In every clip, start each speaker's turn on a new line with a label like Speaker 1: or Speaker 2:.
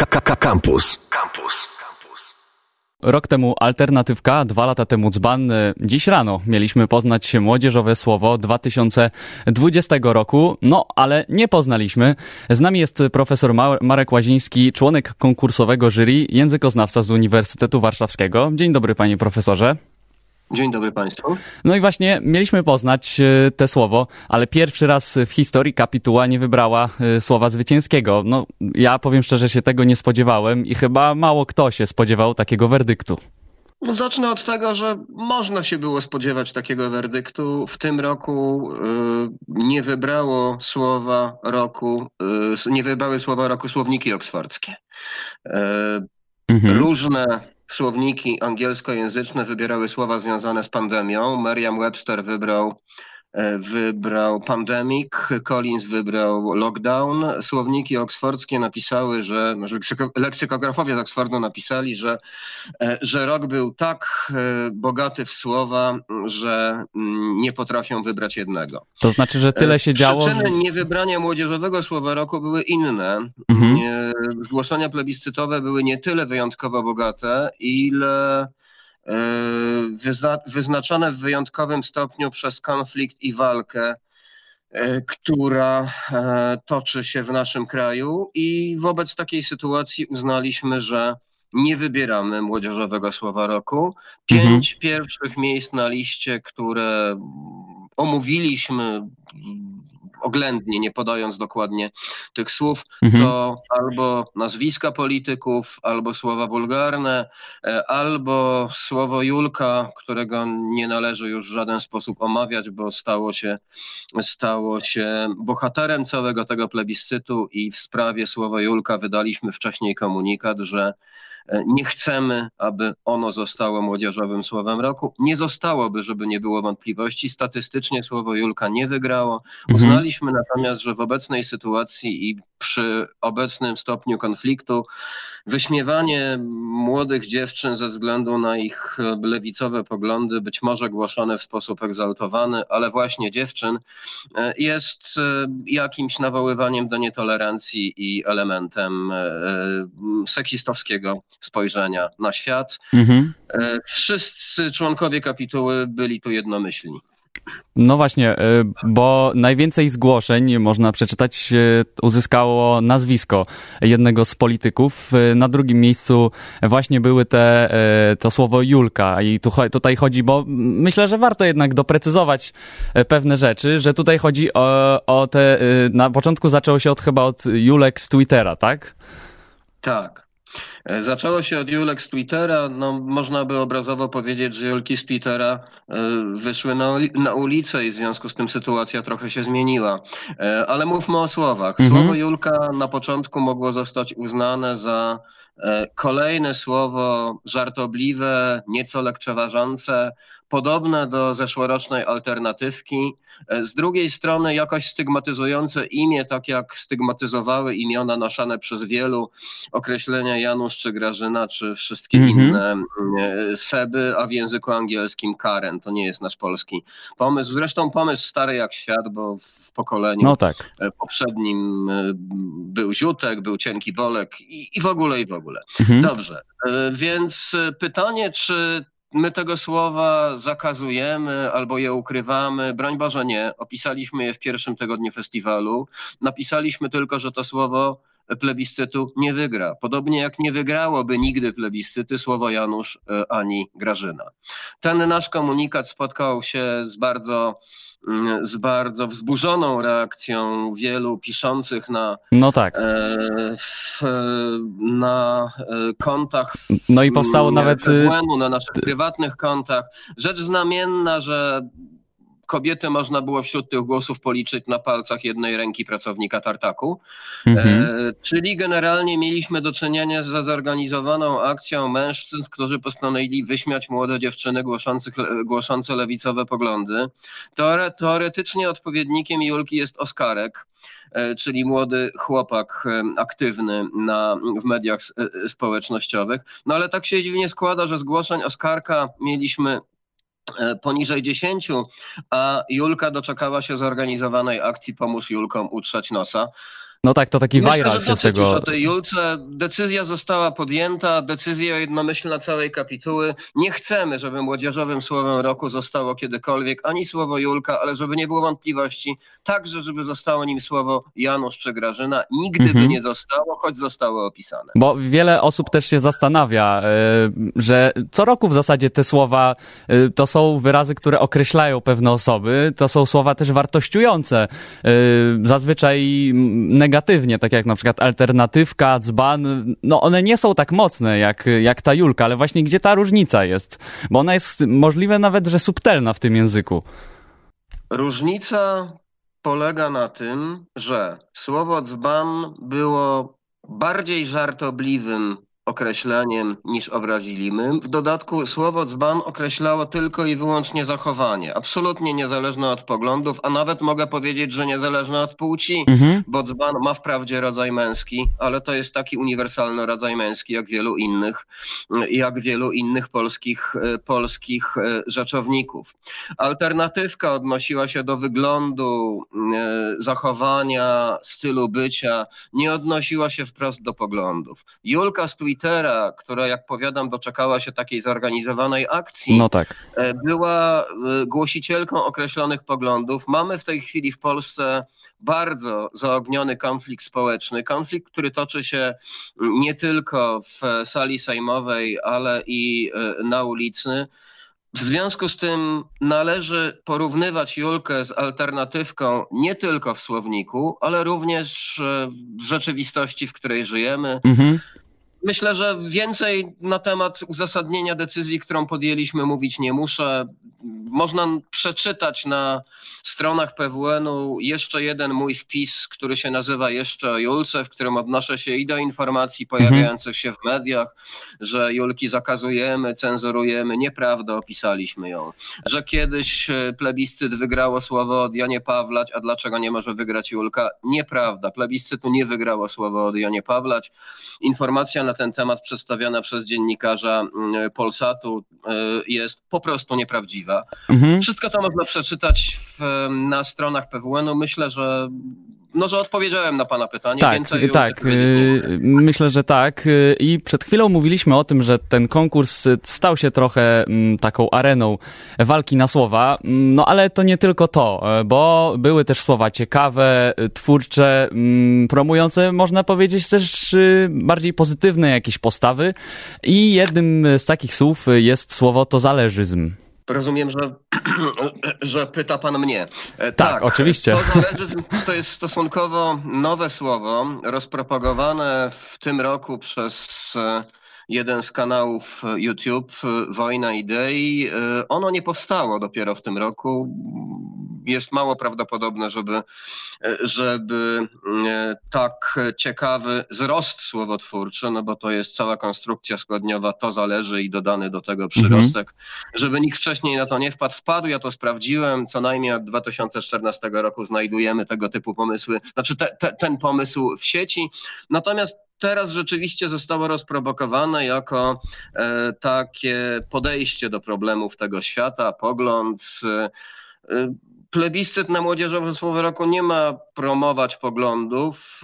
Speaker 1: Campus.
Speaker 2: Rok temu Alternatywka, 2 lata temu Dzban. Dziś rano mieliśmy poznać młodzieżowe słowo 2020 roku, no ale nie poznaliśmy. Z nami jest profesor Marek Łaziński, członek konkursowego jury, językoznawca z Uniwersytetu Warszawskiego. Dzień dobry, panie profesorze.
Speaker 3: Dzień dobry państwu.
Speaker 2: No i właśnie mieliśmy poznać te słowo, ale pierwszy raz w historii kapituła nie wybrała słowa zwycięskiego. No ja powiem szczerze, się tego nie spodziewałem i chyba mało kto się spodziewał takiego werdyktu.
Speaker 3: Zacznę od tego, że można się było spodziewać takiego werdyktu. W tym roku nie wybrały słowa roku słowniki oksfordzkie. Różne słowniki angielskojęzyczne wybierały słowa związane z pandemią. Merriam-Webster wybrał pandemic, Collins wybrał lockdown. Słowniki oksfordzkie napisały, leksykografowie z Oksfordu napisali, że rok był tak bogaty w słowa, że nie potrafią wybrać jednego.
Speaker 2: To znaczy, że tyle się działo.
Speaker 3: Przyczyny niewybrania młodzieżowego słowa roku były inne. Zgłoszenia plebiscytowe były nie tyle wyjątkowo bogate, ile wyznaczone w wyjątkowym stopniu przez konflikt i walkę, która toczy się w naszym kraju, i wobec takiej sytuacji uznaliśmy, że nie wybieramy młodzieżowego słowa roku. 5 pierwszych miejsc na liście, które omówiliśmy oględnie, nie podając dokładnie tych słów, to albo nazwiska polityków, albo słowa wulgarne, albo słowo Julka, którego nie należy już w żaden sposób omawiać, bo stało się bohaterem całego tego plebiscytu, i w sprawie słowa Julka wydaliśmy wcześniej komunikat, że nie chcemy, aby ono zostało młodzieżowym słowem roku. Nie zostałoby, żeby nie było wątpliwości. Statystycznie słowo Julka nie wygrało. Uznaliśmy natomiast, że w obecnej sytuacji i przy obecnym stopniu konfliktu wyśmiewanie młodych dziewczyn ze względu na ich lewicowe poglądy, być może głoszone w sposób egzaltowany, ale właśnie dziewczyn, jest jakimś nawoływaniem do nietolerancji i elementem seksistowskiego spojrzenia na świat. Wszyscy członkowie kapituły byli tu jednomyślni.
Speaker 2: No właśnie, bo najwięcej zgłoszeń, można przeczytać, uzyskało nazwisko jednego z polityków. Na drugim miejscu właśnie były to słowo Julka, i tutaj chodzi, bo myślę, że warto jednak doprecyzować pewne rzeczy, że tutaj chodzi o te, na początku zaczęło się chyba od Julek z Twittera, tak?
Speaker 3: Tak. Zaczęło się od Julek z Twittera. No, można by obrazowo powiedzieć, że Julki z Twittera wyszły na ulicę i w związku z tym sytuacja trochę się zmieniła. Ale mówmy o słowach. Słowo Julka na początku mogło zostać uznane za kolejne słowo żartobliwe, nieco lekceważące, podobne do zeszłorocznej Alternatywki. Z drugiej strony jakoś stygmatyzujące imię, tak jak stygmatyzowały imiona noszone przez wielu określenia Janusz czy Grażyna, czy wszystkie inne Seby, a w języku angielskim Karen. To nie jest nasz polski pomysł. Zresztą pomysł stary jak świat, bo w pokoleniu poprzednim był Ziutek, był Cienki Bolek i w ogóle, i w ogóle. Dobrze, więc pytanie, czy my tego słowa zakazujemy albo je ukrywamy? Broń Boże nie. Opisaliśmy je w pierwszym tygodniu festiwalu. Napisaliśmy tylko, że to słowo plebiscytu nie wygra. Podobnie jak nie wygrałoby nigdy plebiscyty słowo Janusz ani Grażyna. Ten nasz komunikat spotkał się z bardzo wzburzoną reakcją wielu piszących na kontach
Speaker 2: no i powstało nawet
Speaker 3: na naszych prywatnych kontach. Rzecz znamienna, że kobiety można było wśród tych głosów policzyć na palcach jednej ręki pracownika Tartaku. Czyli generalnie mieliśmy do czynienia ze zorganizowaną akcją mężczyzn, którzy postanowili wyśmiać młode dziewczyny głoszące lewicowe poglądy. Teoretycznie odpowiednikiem Julki jest Oskarek, czyli młody chłopak aktywny w mediach społecznościowych. No ale tak się dziwnie składa, że zgłoszeń Oskarka mieliśmy poniżej 10, a Julka doczekała się zorganizowanej akcji Pomóż Julkom utrzeć nosa.
Speaker 2: No tak, to taki
Speaker 3: Myślę,
Speaker 2: viral
Speaker 3: że
Speaker 2: się z
Speaker 3: dosyć już
Speaker 2: tego...
Speaker 3: o tej Julce. Decyzja została podjęta, decyzja jednomyślna całej kapituły. Nie chcemy, żeby młodzieżowym słowem roku zostało kiedykolwiek ani słowo Julka, ale żeby nie było wątpliwości, także żeby zostało nim słowo Janusz czy Grażyna. Nigdy by nie zostało, choć zostało opisane.
Speaker 2: Bo wiele osób też się zastanawia, że co roku w zasadzie te słowa to są wyrazy, które określają pewne osoby, to są słowa też wartościujące, zazwyczaj negatywnie, tak jak na przykład alternatywka, dzban, no one nie są tak mocne jak ta Julka, ale właśnie gdzie ta różnica jest? Bo ona jest możliwe nawet, że subtelna w tym języku.
Speaker 3: Różnica polega na tym, że słowo dzban było bardziej żartobliwym określeniem niż obraźliwym. W dodatku słowo dzban określało tylko i wyłącznie zachowanie, absolutnie niezależne od poglądów, a nawet mogę powiedzieć, że niezależne od płci, bo dzban ma wprawdzie rodzaj męski, ale to jest taki uniwersalny rodzaj męski jak wielu innych polskich rzeczowników. Alternatywka odnosiła się do wyglądu, zachowania, stylu bycia, nie odnosiła się wprost do poglądów. Julka z Twittera, która, jak powiadam, doczekała się takiej zorganizowanej akcji,
Speaker 2: No tak.
Speaker 3: była głosicielką określonych poglądów. Mamy w tej chwili w Polsce bardzo zaogniony konflikt społeczny, konflikt, który toczy się nie tylko w sali sejmowej, ale i na ulicy. W związku z tym należy porównywać Julkę z alternatywką nie tylko w słowniku, ale również w rzeczywistości, w której żyjemy. Myślę, że więcej na temat uzasadnienia decyzji, którą podjęliśmy, mówić nie muszę. Można przeczytać na stronach PWN-u jeszcze jeden mój wpis, który się nazywa Jeszcze o Julce, w którym odnoszę się i do informacji pojawiających się w mediach, że Julki zakazujemy, cenzurujemy. Nieprawda, opisaliśmy ją. Że kiedyś plebiscyt wygrało słowo od Janie Pawlać, a dlaczego nie może wygrać Julka? Nieprawda. Plebiscytu nie wygrało słowo od Janie Pawlać. Informacja na ten temat przedstawiana przez dziennikarza Polsatu jest po prostu nieprawdziwa. Wszystko to można przeczytać na stronach PWN-u. Myślę, że odpowiedziałem na pana pytanie.
Speaker 2: Tak. Myślę, że tak. I przed chwilą mówiliśmy o tym, że ten konkurs stał się trochę taką areną walki na słowa, no ale to nie tylko to, bo były też słowa ciekawe, twórcze, promujące, można powiedzieć, też bardziej pozytywne jakieś postawy i jednym z takich słów jest słowo tozależyzm.
Speaker 3: Rozumiem, że pyta pan mnie.
Speaker 2: Tak, oczywiście.
Speaker 3: Tozależyzm to jest stosunkowo nowe słowo, rozpropagowane w tym roku przez jeden z kanałów YouTube, Wojna Idei. Ono nie powstało dopiero w tym roku. Jest mało prawdopodobne, żeby tak ciekawy wzrost słowotwórczy, no bo to jest cała konstrukcja składniowa, to zależy i dodany do tego przyrostek, żeby nikt wcześniej na to nie wpadł. Ja to sprawdziłem, co najmniej od 2014 roku znajdujemy tego typu pomysły, znaczy ten pomysł w sieci. Natomiast teraz rzeczywiście zostało rozpropagowane jako takie podejście do problemów tego świata, pogląd. Plebiscyt na młodzieżowe słowo roku nie ma promować poglądów,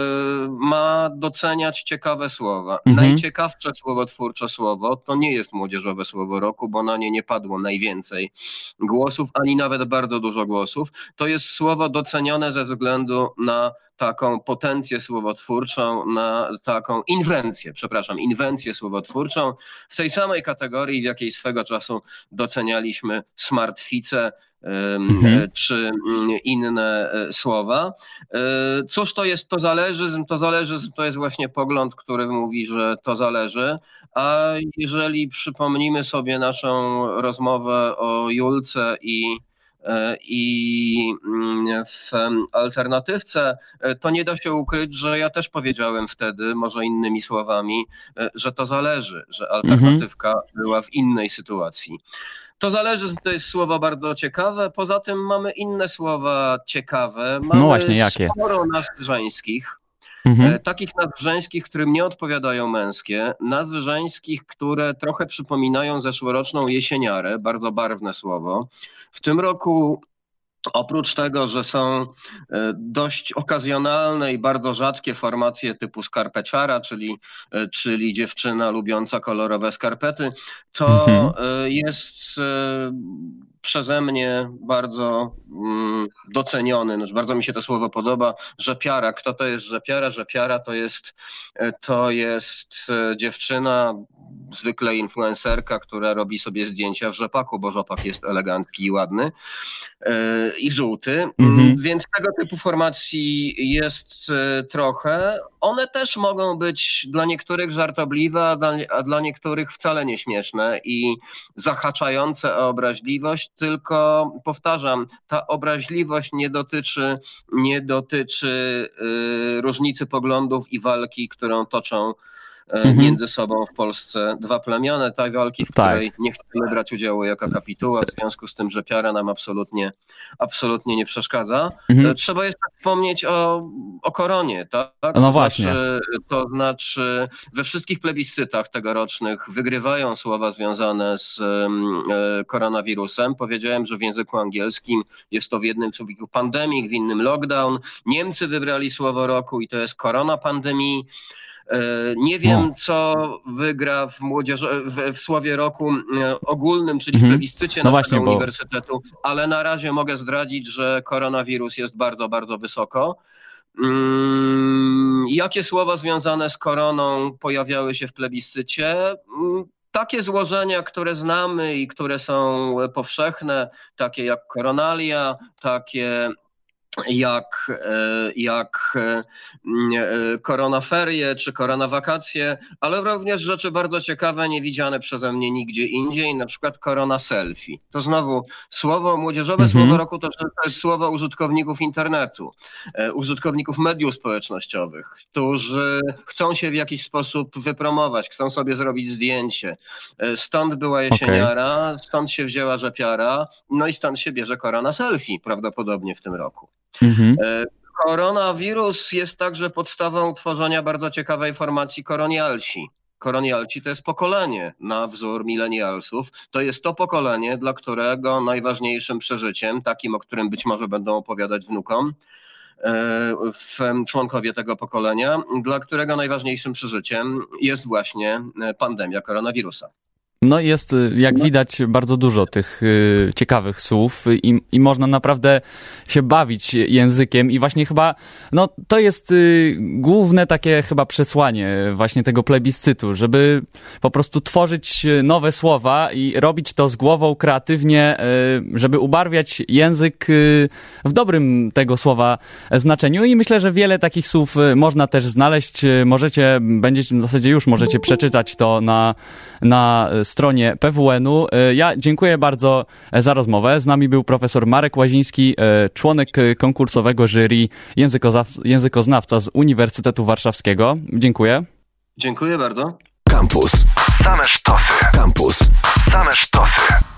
Speaker 3: ma doceniać ciekawe słowa. Najciekawsze słowotwórcze słowo to nie jest młodzieżowe słowo roku, bo na nie nie padło najwięcej głosów, ani nawet bardzo dużo głosów. To jest słowo docenione ze względu na taką potencję słowotwórczą, na taką inwencję słowotwórczą w tej samej kategorii, w jakiej swego czasu docenialiśmy smartfice czy inne słowa. Cóż to jest tozależyzm? Tozależyzm to jest właśnie pogląd, który mówi, że to zależy, a jeżeli przypomnimy sobie naszą rozmowę o Julce i w alternatywce, to nie da się ukryć, że ja też powiedziałem wtedy, może innymi słowami, że to zależy, że alternatywka była w innej sytuacji. Tozależyzm to jest słowo bardzo ciekawe, poza tym mamy inne słowa ciekawe. Mamy sporo nazw żeńskich. Takich nazw żeńskich, którym nie odpowiadają męskie, nazw żeńskich, które trochę przypominają zeszłoroczną jesieniarę, bardzo barwne słowo. W tym roku Oprócz tego, że są dość okazjonalne i bardzo rzadkie formacje typu skarpeciara, czyli dziewczyna lubiąca kolorowe skarpety, to jest przeze mnie bardzo doceniony, bardzo mi się to słowo podoba, rzepiara. Kto to jest rzepiara? Rzepiara to jest dziewczyna, zwykle influencerka, która robi sobie zdjęcia w rzepaku, bo rzepak jest elegancki i ładny i żółty, więc tego typu formacji jest trochę. One też mogą być dla niektórych żartobliwe, a dla niektórych wcale nie śmieszne i zahaczające o obraźliwość, tylko powtarzam, ta obraźliwość nie dotyczy różnicy poglądów i walki, którą toczą między sobą w Polsce dwa plemiona, tej walki, w której nie chcemy brać udziału jako kapituła, w związku z tym, że piara nam absolutnie nie przeszkadza. Trzeba jeszcze wspomnieć o koronie, tak?
Speaker 2: No właśnie.
Speaker 3: To znaczy we wszystkich plebiscytach tegorocznych wygrywają słowa związane z koronawirusem. Powiedziałem, że w języku angielskim jest to w jednym słowiku pandemic, w innym lockdown. Niemcy wybrali słowo roku i to jest korona pandemii. Nie wiem, co wygra w słowie roku ogólnym, czyli w plebiscycie naszego uniwersytetu, ale na razie mogę zdradzić, że koronawirus jest bardzo, bardzo wysoko. Jakie słowa związane z koroną pojawiały się w plebiscycie? Takie złożenia, które znamy i które są powszechne, takie jak koronalia, takie jak koronaferie czy koronawakacje, ale również rzeczy bardzo ciekawe, niewidziane przeze mnie nigdzie indziej, na przykład korona selfie. To znowu młodzieżowe słowo roku to jest słowo użytkowników internetu, użytkowników mediów społecznościowych, którzy chcą się w jakiś sposób wypromować, chcą sobie zrobić zdjęcie. Stąd była jesieniara, stąd się wzięła rzepiara, no i stąd się bierze korona selfie prawdopodobnie w tym roku. Koronawirus jest także podstawą tworzenia bardzo ciekawej formacji koronialsi. Koronialci to jest pokolenie na wzór milenialsów. To jest to pokolenie, dla którego najważniejszym przeżyciem, takim, o którym być może będą opowiadać wnukom, członkowie tego pokolenia, dla którego najważniejszym przeżyciem jest właśnie pandemia koronawirusa.
Speaker 2: No jest, jak widać, bardzo dużo tych ciekawych słów i można naprawdę się bawić językiem i właśnie chyba, no to jest główne takie chyba przesłanie właśnie tego plebiscytu, żeby po prostu tworzyć nowe słowa i robić to z głową, kreatywnie, żeby ubarwiać język w dobrym tego słowa znaczeniu i myślę, że wiele takich słów można też znaleźć, w zasadzie już możecie przeczytać to na stronie PWN-u. Ja dziękuję bardzo za rozmowę. Z nami był profesor Marek Łaziński, członek konkursowego jury, językoznawca z Uniwersytetu Warszawskiego. Dziękuję.
Speaker 3: Dziękuję bardzo.
Speaker 1: Campus. Same sztosy. Campus. Same sztosy.